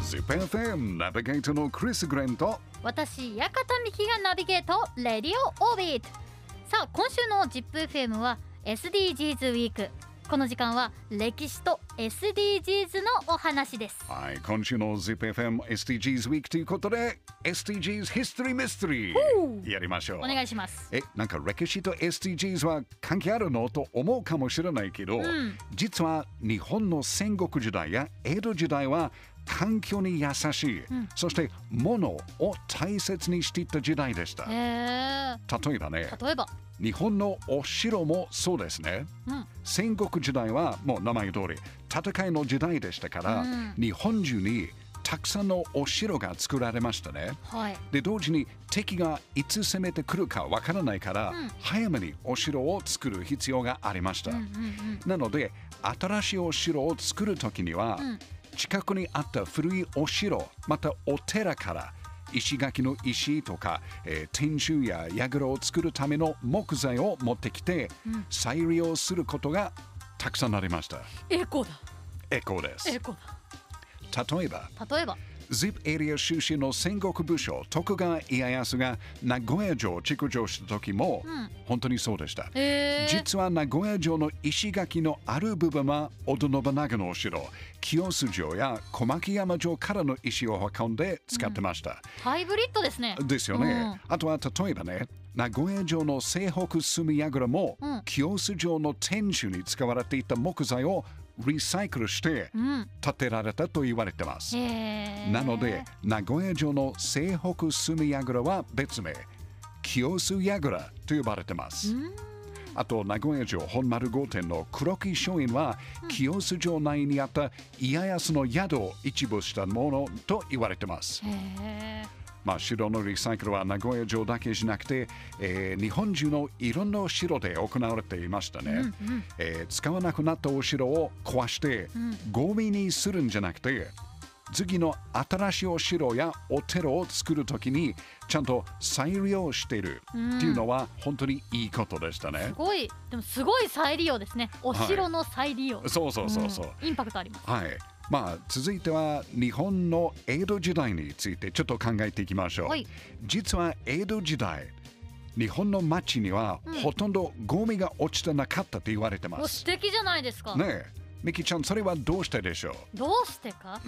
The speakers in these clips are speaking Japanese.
ZIPFM ナビゲートのクリス・グレンと私、館美希がナビゲートレディオオービット。さあ、今週の ZIPFM は SDGs ウィーク。この時間は歴史と SDGs のお話です。 はい、今週の ZIPFM SDGs ウィークということで SDGs History Mystery やりましょう。 お願いします。 なんか歴史と SDGs は関係あるのと思うかもしれないけど、実は日本の戦国時代や江戸時代は環境に優しい、そして物を大切にしていた時代でした。例えばね、日本のお城もそうですね、戦国時代はもう名前通り戦いの時代でしたから、日本中にたくさんのお城が作られましたね、で同時に敵がいつ攻めてくるかわからないから、早めにお城を作る必要がありました、なので新しいお城を作るときには、近くにあった古いお城またお寺から石垣の石とか、天守や櫓を作るための木材を持ってきて、再利用することがたくさんありました。 エコだ。 エコです。 エコだ。 例えば ZIP エリア出身の戦国武将徳川家康が名古屋城を築城した時も、本当にそうでした。実は名古屋城の石垣のある部分は織田信長のお城清須城や小牧山城からの石を運んで使ってました、 ハイブリッドですね。 ですよね、あとは例えばね、名古屋城の西北隅櫓も、清須城の天守に使われていた木材をリサイクルして建てられたと言われてます、なので名古屋城の西北隅櫓は別名清須櫓と呼ばれてます、あと名古屋城本丸御殿の黒木書院は、清須城内にあった家康の宿を一部したものと言われてます。城のリサイクルは名古屋城だけじゃなくて、日本中のいろんな城で行われていましたね、使わなくなったお城を壊して、ゴミにするんじゃなくて、次の新しいお城やお寺を作るときにちゃんと再利用しているっていうのは本当にいいことでしたね。 でもすごい再利用ですね。お城の再利用、 そう、 インパクトあります。 続いては日本の江戸時代についてちょっと考えていきましょう、実は江戸時代日本の町にはほとんどゴミが落ちてなかったと言われてます。 素敵じゃないですかねえ、ミキちゃん、それはどうしてでしょう？ どうしてか？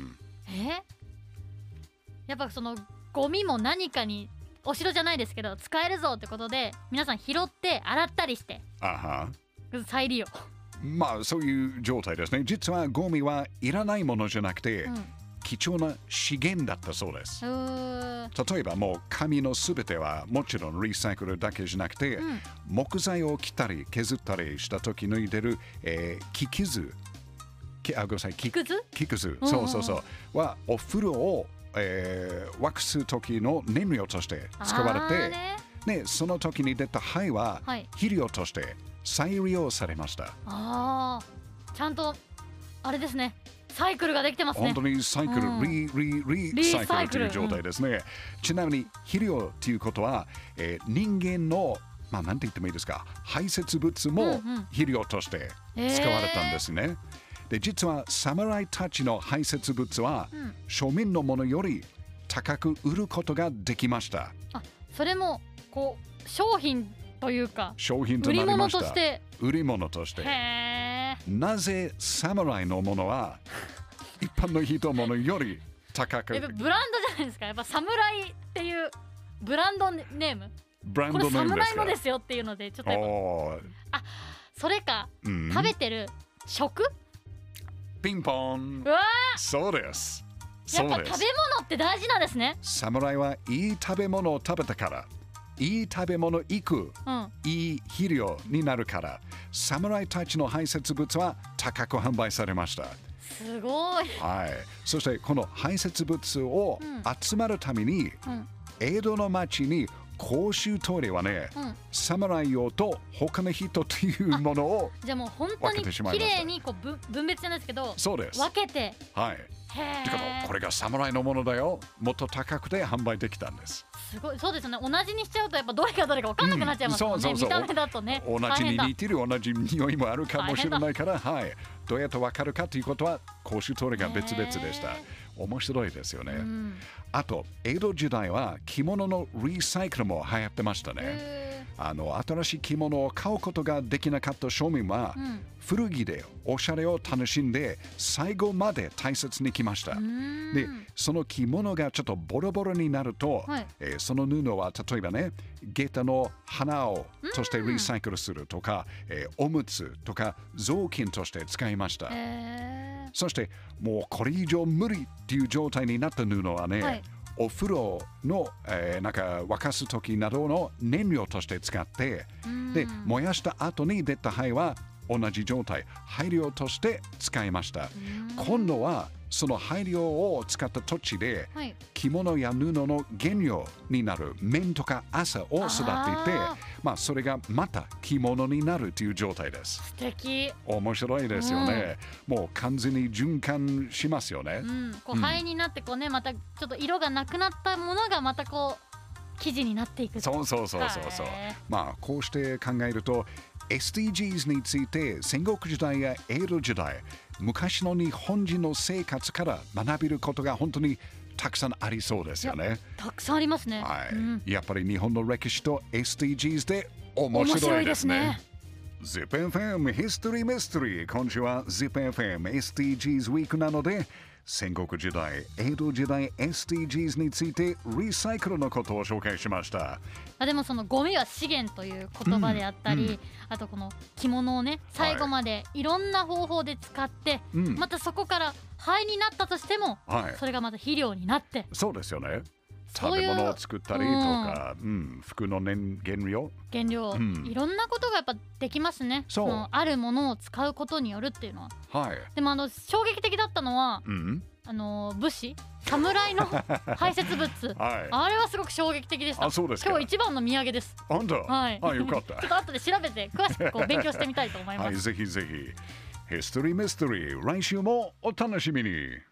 やっぱそのゴミも何かにお城じゃないですけど使えるぞってことで皆さん拾って洗ったりして再利用。 そういう状態ですね。実はゴミはいらないものじゃなくて、貴重な資源だったそうです。例えばもう紙のすべてはもちろんリサイクルだけじゃなくて、木材を切ったり削ったりした時に出る、木くず、そうはお風呂を、沸かす時の燃料として使われて、その時に出た灰は肥料として再利用されました。 ちゃんとあれですね、サイクルができてますね。 本当にサイクル、リサイクルという状態ですね。ちなみに肥料ということは、人間のなんて言ってもいいですか、排泄物も肥料として使われたんですね。で実は侍たちの排泄物は、庶民のものより高く売ることができました。 それもこう商品というか商品となりました。売り物として。なぜ侍のものは一般の人のものより高く？ ブランドじゃないですか。やっぱ侍っていうブランドネーム。これ侍のですよっていうのでちょっとそれか、食べてる食？ ピンポン。そうです。 やっぱ食べ物って大事なんですね。 侍はいい食べ物を食べたから、いい食べ物いく、いい肥料になるから、侍たちの排泄物は高く販売されました。 すごい。 そしてこの排泄物を集まるために、江戸の町に公衆トイレはね、侍用と他の人というものをじゃあもう本当に綺麗にこう分別なんですけど、 そうです。 分けて。 これが侍のものだよ、もっと高くて販売できたんです。 すごい、そうですね。同じにしちゃうとやっぱどれがどれか分かんなくなっちゃいますもんね。見た目だとね。 同じに似てる、同じ匂いもあるかもしれないから、はい。どうやって分かるかということは公衆トイレが別々でした。面白いですよね。あと、江戸時代は着物のリサイクルも流行ってましたね。新しい着物を買うことができなかった庶民は、古着でおしゃれを楽しんで最後まで大切に着ました。で、その着物がちょっとボロボロになると、その布は例えばね、下駄の花をとしてリサイクルするとか、おむつとか雑巾として使いました。そしてもうこれ以上無理っていう状態になった布はね、お風呂の、なんか沸かす時などの燃料として使って、で燃やした後に出た灰は同じ状態、灰料として使いました。今度はその灰料を使った土地で、着物や布の原料になる綿とか麻を育てて、それがまた着物になるという状態です。 素敵。 面白いですよね。もう完全に循環しますよね。 こう灰になってこうね、またちょっと色がなくなったものがまたこう生地になっていく。 そう。こうして考えると SDGs について戦国時代や江戸時代、昔の日本人の生活から学べることが本当にたくさんありそうですよね。 たくさんありますね。 やっぱり日本の歴史と SDGs で面白いですね。ZIPFM History Mystery、 今週は ZIPFM SDGs ウィークなので、戦国時代、江戸時代 SDGs についてリサイクルのことを紹介しました。 でもそのゴミは資源という言葉であったり、あとこの着物をね、最後までいろんな方法で使って、またそこから灰になったとしても、それがまた肥料になって。 そうですよね。食べ物を作ったりとか、服の原料、 いろんなことがやっぱできますね。そのあるものを使うことによるっていうのは。でも衝撃的だったのは、武士、侍の排泄物、あれはすごく衝撃的でした。今日一番の土産です。 本当？よかった。 ちょっと後で調べて詳しくこう勉強してみたいと思います。 ぜひぜひ。ヒストリーミステリー、来週もお楽しみに。